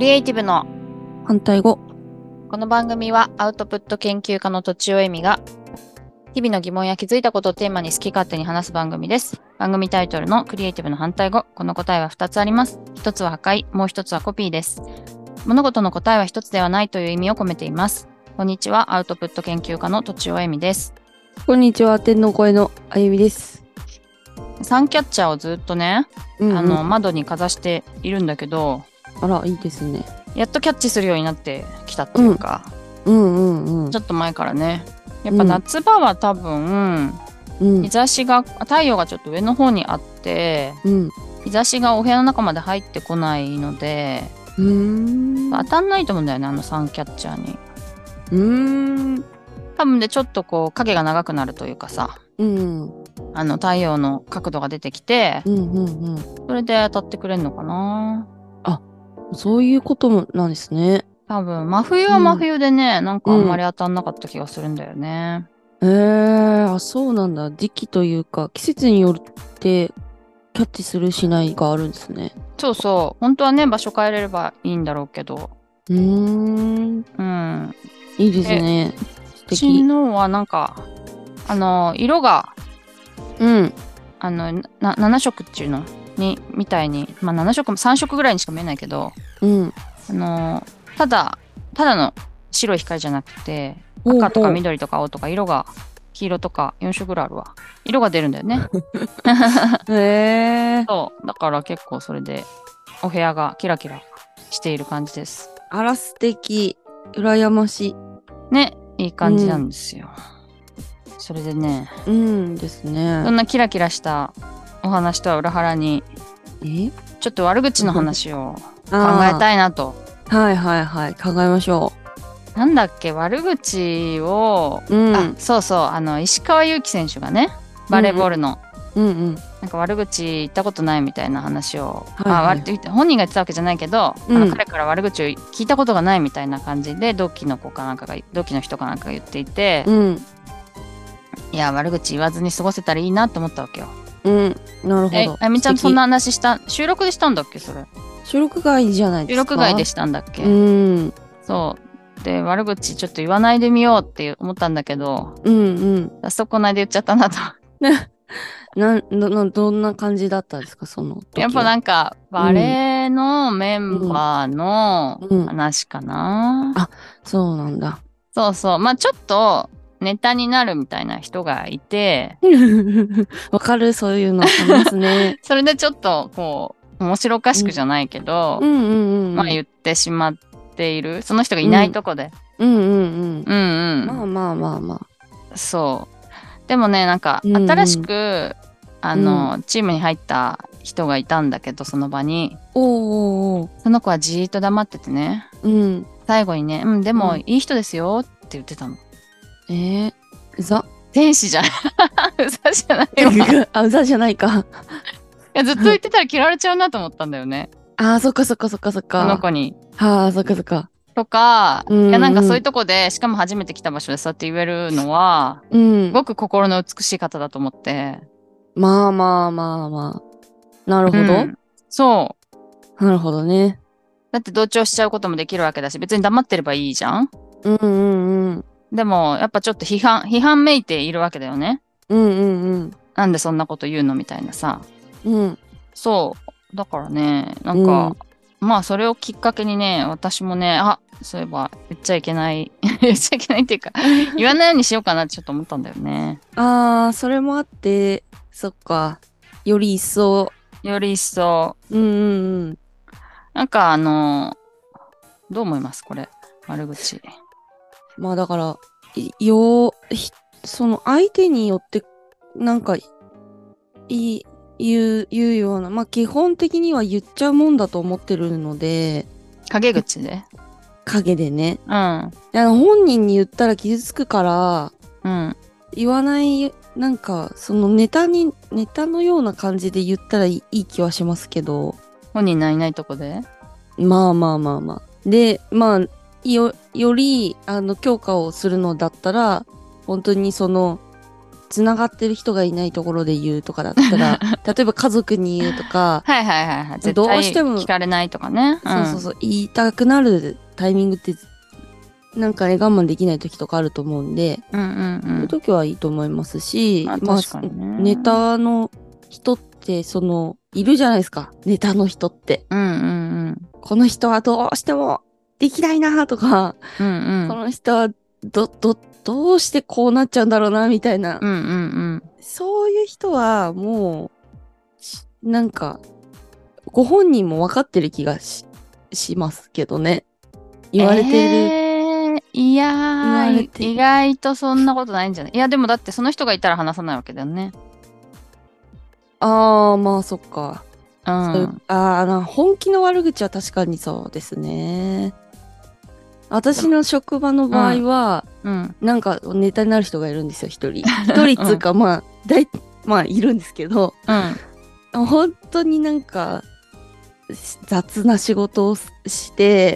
リエイティブの反対語。 この番組はアウトプット研究家のとちおえみが日々の疑問や気づいたことをテーマに好き勝手に話す番組です。番組タイトルのクリエイティブの反対語、この答えは2つあります。1つは破壊、もう1つはコピーです。物事の答えは1つではないという意味を込めています。こんにちは、アウトプット研究家のとちおえみです。 こんにちは、天の声のあゆみです。 サンキャッチャーをずっとね、窓にかざしているんだけど、 あら、いいですね。 やっとキャッチするようになってきたっていうか、ちょっと前からね、やっぱ夏場は多分、日差しが太陽がちょっと上の方にあって、日差しがお部屋の中まで入ってこないので、当たんないと思うんだよね、サンキャッチャーに。多分でちょっとこう影が長くなるというかさ、太陽の角度が出てきて、それで当たってくれるのかな。 あ、そういうこともなんですね。 多分真冬は真冬でね、なんかあんまり当たんなかった気がするんだよね。 あ、そうなんだ。時期というか季節によってキャッチするしないがあるんですね。 そうそう、本当はね場所変えれればいいんだろうけど。いいですね。素敵。 うちのはなんか色が7色っていうのにみたいに、まあ7色も3色ぐらいにしか見えないけど、ただの白い光じゃなくて、赤とか緑とか青とか色が黄色とか4色ぐらいあるわ。色が出るんだよね。そうだから結構それでお部屋がキラキラしている感じです。 あら素敵、羨ましいね。いい感じなんですよ。それでね、 ですね。 そんなキラキラしたお話とは裏腹にちょっと悪口の話を考えたいなと。 はいはいはい、考えましょう。なんだっけ、悪口を、そうそう、石川祐希選手がね、バレーボールの、なんか悪口言ったことないみたいな話を、本人が言ってたわけじゃないけど、彼から悪口を聞いたことがないみたいな感じで同期の人かなんかが言っていて、いや悪口言わずに過ごせたらいいなと思ったわけよ。 なるほど。 あみちゃんそんな話収録でしたんだっけ、それ。 収録外じゃないですか。 収録外でしたんだっけ。そうで、悪口ちょっと言わないでみようって思ったんだけど、早速こないで言っちゃったなと。 どんな感じだったんですか、その時は。 やっぱなんかバレーのメンバーの話かな。 あ、そうなんだ。 そうそう、まあちょっとネタになるみたいな人がいてわかる、そういうのありますね。 それでちょっとこう面白おかしくじゃないけど、まあ言ってしまっている、その人がいないとこで。まあまあまあまあ。 そうでもね、なんか新しくチームに入った人がいたんだけど、その場にその子はじーっと黙っててね、最後にね、でもいい人ですよって言ってたの。 うざ。 天使じゃないうざじゃないわ。 あ、うざじゃないか。 いやずっと言ってたら嫌われちゃうなと思ったんだよね。 そっかそっかそっかそっか。 その子に。 そっかそっか。 とか、いやなんかそういうとこで、しかも初めて来た場所でそうやって言えるのは、すごく心の美しい方だと思って。 まあまあまあまあ。なるほど。 そう。 なるほどね。 だって同調しちゃうこともできるわけだし、別に黙ってればいいじゃん。でもやっぱちょっと批判めいているわけだよね。なんでそんなこと言うのみたいなさ。そうだからね、なんか、まあそれをきっかけにね、私もね、そういえば言っちゃいけない言っちゃいけないっていうか言わないようにしようかなってちょっと思ったんだよね。 それもあって、そっか、より一層なんかどう思いますこれ、悪口。 まあだからその相手によってなんか言うような、まあ基本的には言っちゃうもんだと思ってるので。 陰口でね。 本人に言ったら傷つくから、言わない、なんかそのネタのような感じで言ったらいい気はしますけど。 本人いないとこで。 まあまあまあまあ。で、まあより強化をするのだったら本当にそのつながってる人がいないところで言うとかだったら例えば家族に言うとかはいはいはいはい、絶対聞かれないとかね、 そうそうそう、言いたくなるタイミングってなんかね我慢できない時とかあると思うんで、そういう時はいいと思いますし、まあネタの人っているじゃないですか、ネタの人って、この人はどうしてもできないなとか、この人はどうしてこうなっちゃうんだろうなみたいな、そういう人はもうなんかご本人も分かってる気がしますけどね。言われてる。 いやー、意外とそんなことないんじゃない？いやでもだってその人がいたら話さないわけだよね。 ああ、まあそっか。本気の悪口は確かにそうですね。私の職場の場合は、なんかネタになる人がいるんですよ、一人。一人っつうか、まあいるんですけど、本当になんか雑な仕事をして、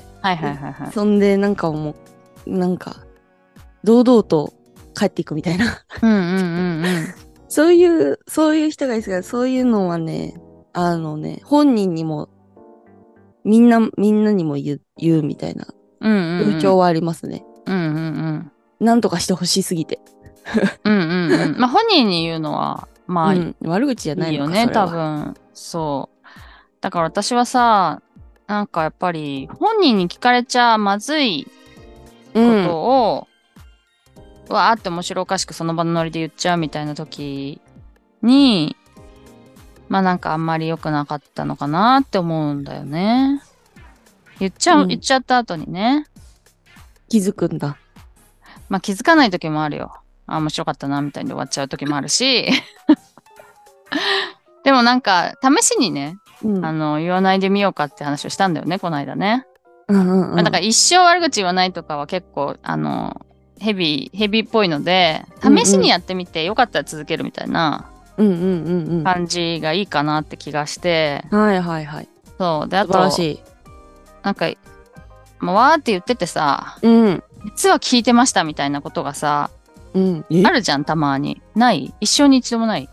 そんでなんかもうなんか堂々と帰っていくみたいなそういう人がいるんですが、そういうのはね、本人にもみんなにも言うみたいな風潮はありますね。なんとかしてほしすぎて。 まあ本人に言うのはまあ、 悪口じゃないのか、 いいよね、多分。そう。だから私はさ、なんかやっぱり本人に聞かれちゃまずいことを、わーって面白おかしくその場のノリで言っちゃうみたいな時に、まあなんかあんまり良くなかったのかなって思うんだよね。言っちゃった後にね。 気づくんだ。 まあ気づかない時もあるよ。面白かったなみたいに終わっちゃう時もあるし。でもなんか試しにね、言わないでみようかって話をしたんだよね、この間ね。だから一生悪口言わないとかは結構ヘビーっぽいので、試しにやってみてよかったら続けるみたいな感じがいいかなって気がして。 はいはいはい。 そうで、あと素晴らしい。 なんかもうわーって言っててさ、実は聞いてましたみたいなことがさ、あるじゃん、たまに。ない？一生に一度もない？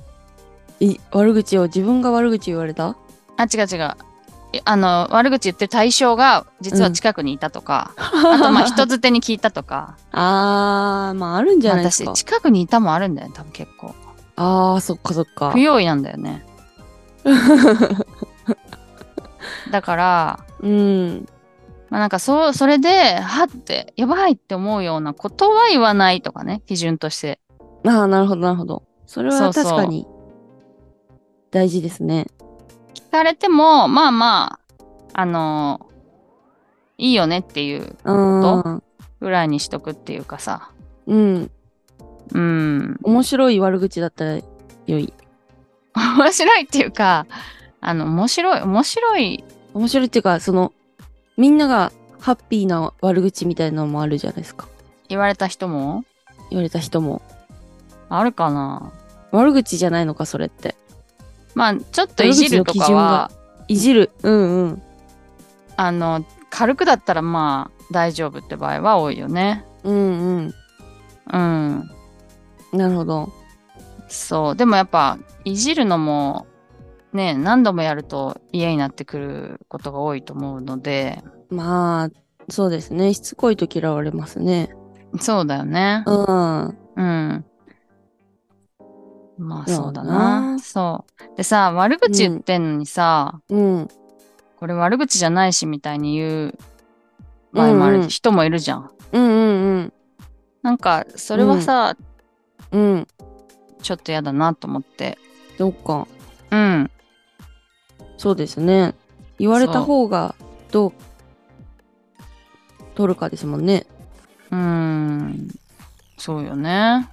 自分が悪口言われた？ 違う。悪口言ってる対象が実は近くにいたとか、あとまあ人づてに聞いたとか。 まああるんじゃないですか。 私近くにいたもあるんだよ、多分結構。 そっかそっか。 不用意なんだよね。だから、まあなんかそれで、はってやばいって思うようなことは言わないとかね、基準として。 なるほどなるほど。それは確かに大事ですね。 聞かれてもまあいいよねっていうことぐらいにしとくっていうかさ。面白い悪口だったら良い。 面白いっていうか、面白いっていうか、みんながハッピーな悪口みたいなのもあるじゃないですか。 言われた人もあるかな。 悪口じゃないのか、それって。 まあちょっといじるとかは、 いじる、 軽くだったらまあ大丈夫って場合は多いよね。 なるほど。 そう。でもやっぱいじるのもね、何度もやると嫌になってくることが多いと思うので。 まあそうですね。しつこいと嫌われますね。 そうだよね。まあそうだな。そう。でさ、悪口言ってんのにさ、これ悪口じゃないしみたいに言う場合もある人もいるじゃん。なんかそれはさ、ちょっとやだなと思って。 そっか。そうですね。言われた方がどう取るかですもんね。 そうよね。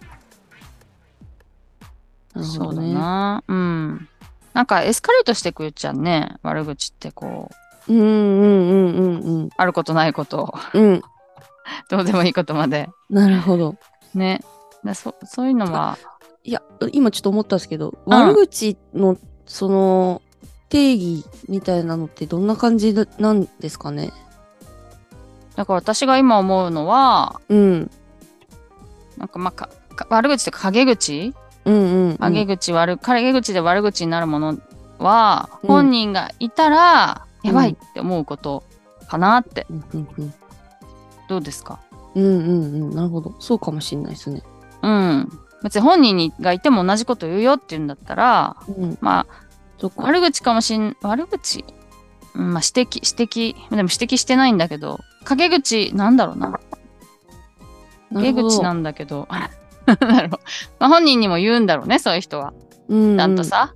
そうだな。なんかエスカレートしてくるじゃんね、悪口ってこう。あることないこと。どうでもいいことまで。 なるほど。 ね。そういうのは。 いや、今ちょっと思ったんですけど、悪口の定義みたいなのってどんな感じなんですかね。 だから私が今思うのは、なんかまあ悪口というか陰口、陰口で悪口になるものは、本人がいたらやばいって思うことかなって、どうですか？ なるほど、そうかもしれないですね。 別に本人がいても同じこと言うよって言うんだったら、まあ悪口かもしん、悪口、まあ指摘でも指摘してないんだけど、陰口なんだろうな、陰口なんだけどなるほど、まあ、本人にも言うんだろうね、そういう人は。ちゃんとさ。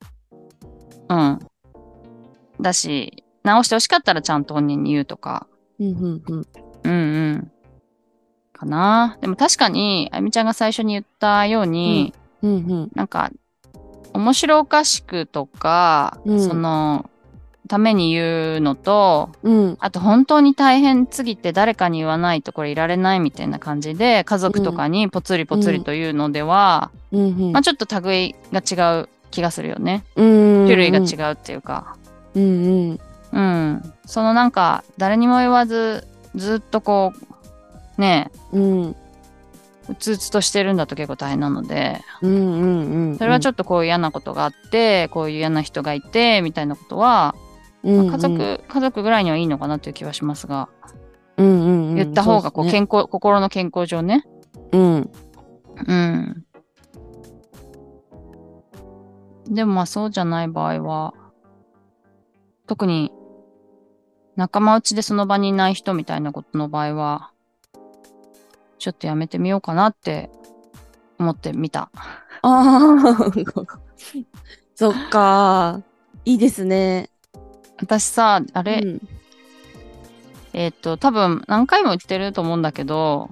だし、直してほしかったらちゃんと本人に言うとか。かな。でも確かに、あゆみちゃんが最初に言ったように、なんか、面白おかしくとか、その、ために言うのと、あと本当に大変すぎて誰かに言わないとこれいられないみたいな感じで家族とかにポツリポツリというのでは、まあちょっと類が違う気がするよね。種類が違うっていうか。そのなんか誰にも言わずずっとこうねえ、うつうつとしてるんだと結構大変なので、それはちょっとこう嫌なことがあってこういう嫌な人がいてみたいなことは、家族ぐらいにはいいのかなという気はしますが、言った方がこう心の健康上ね。でもまあそうじゃない場合は、特に仲間内でその場にいない人みたいなことの場合は、ちょっとやめてみようかなって思ってみた。 そっか、いいですね。 私さ、あれ、多分何回も言ってると思うんだけど、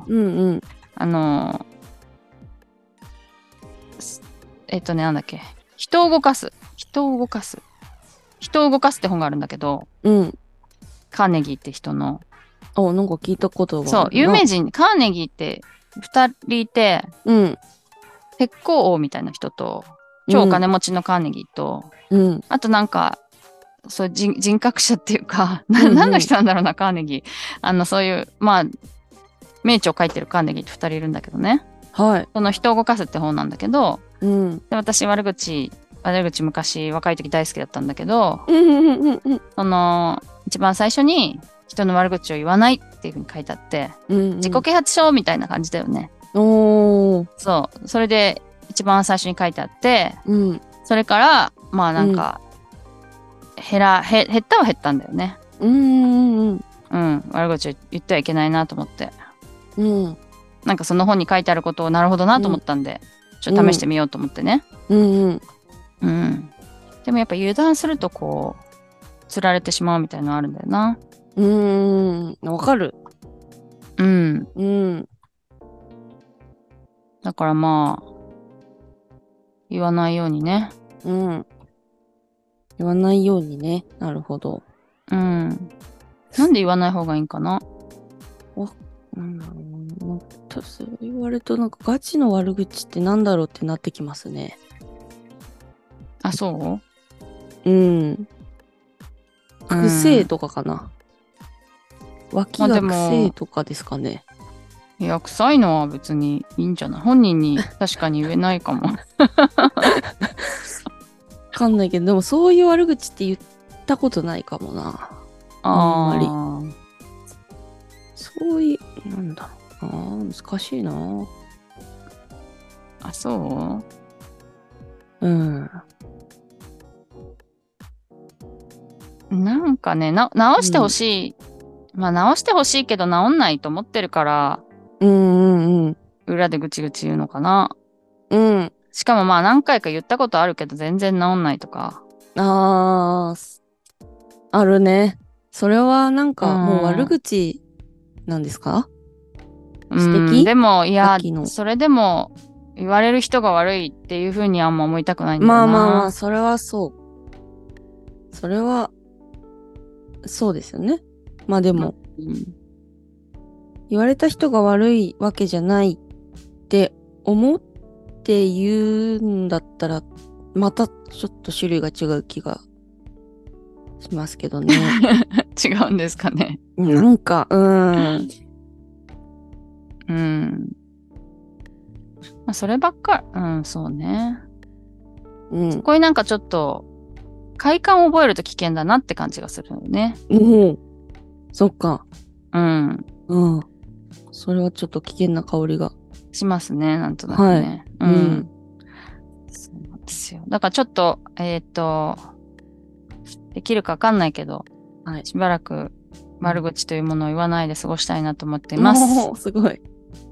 なんだっけ、人を動かすって本があるんだけど、カーネギーって人の。 なんか聞いたことがあるな。 そう、有名人、カーネギーって2人いて、鉄鋼王みたいな人と、超お金持ちのカーネギーと、あとなんか、そう人格者っていうか、何の人なんだろうな、カーネギー。そういう、まあ、名著を書いてるカーネギーって2人いるんだけどね。 はい。 その人を動かすって本なんだけど、で私悪口昔若い時大好きだったんだけど、その一番最初に人の悪口を言わないっていうふうに書いてあって、自己啓発書みたいな感じだよね。そう、それで一番最初に書いてあって、それからまあなんか、減ったは減ったんだよね。悪口言ってはいけないなと思って、なんかその本に書いてあることをなるほどなと思ったんで、ちょっと試してみようと思ってね。でもやっぱ油断するとこう釣られてしまうみたいなのあるんだよな。 わかる。 だからまあ言わないようにね。 言わないようにね。なるほど。 なんで言わない方がいいんかな。 そう言われるとなんかガチの悪口ってなんだろうってなってきますね。 あ、そう？ くせえとかかな。脇がくせえとかですかね。 いや、臭いのは別にいいんじゃない？本人に確かに言えないかも。わかんないけど、でもそういう悪口って言ったことないかもな。あんまり。そういう、なんだろうな。難しいな。 あ、そう？なんかね、直してほしい。まあ直してほしいけど直んないと思ってるから、裏でぐちぐち言うのかな。しかもまあ何回か言ったことあるけど全然直んないとか。 あるね。それはなんかもう悪口なんですか？指摘？ でもいや、それでも言われる人が悪いっていうふうにあんま思いたくないんだよな。 まあ、それはそう。それは、そうですよね。まあでも、言われた人が悪いわけじゃないって思って言うんだったら、またちょっと種類が違う気がしますけどね。 違うんですかね。 なんか、 まあ、そればっかり、そうね。 そこになんかちょっと、快感を覚えると危険だなって感じがするよね。 そっか。 うん。 それはちょっと危険な香りが。 しますね、なんとなくね。そうなんですよ。だからちょっと、できるかわかんないけど、しばらく悪口というものを言わないで過ごしたいなと思っています。 すごい。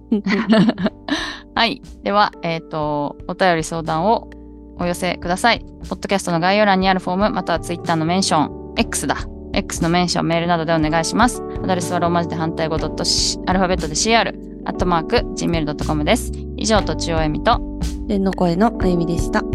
はい。では、お便り相談をお寄せください。ポッドキャストの概要欄にあるフォーム、またはツイッターのメンション、X のメンション、メールなどでお願いします。アドレスはローマ字で反対語アルファベットで CR、@gmail.com です。以上、とちおえみと、 天の声のあゆみでした。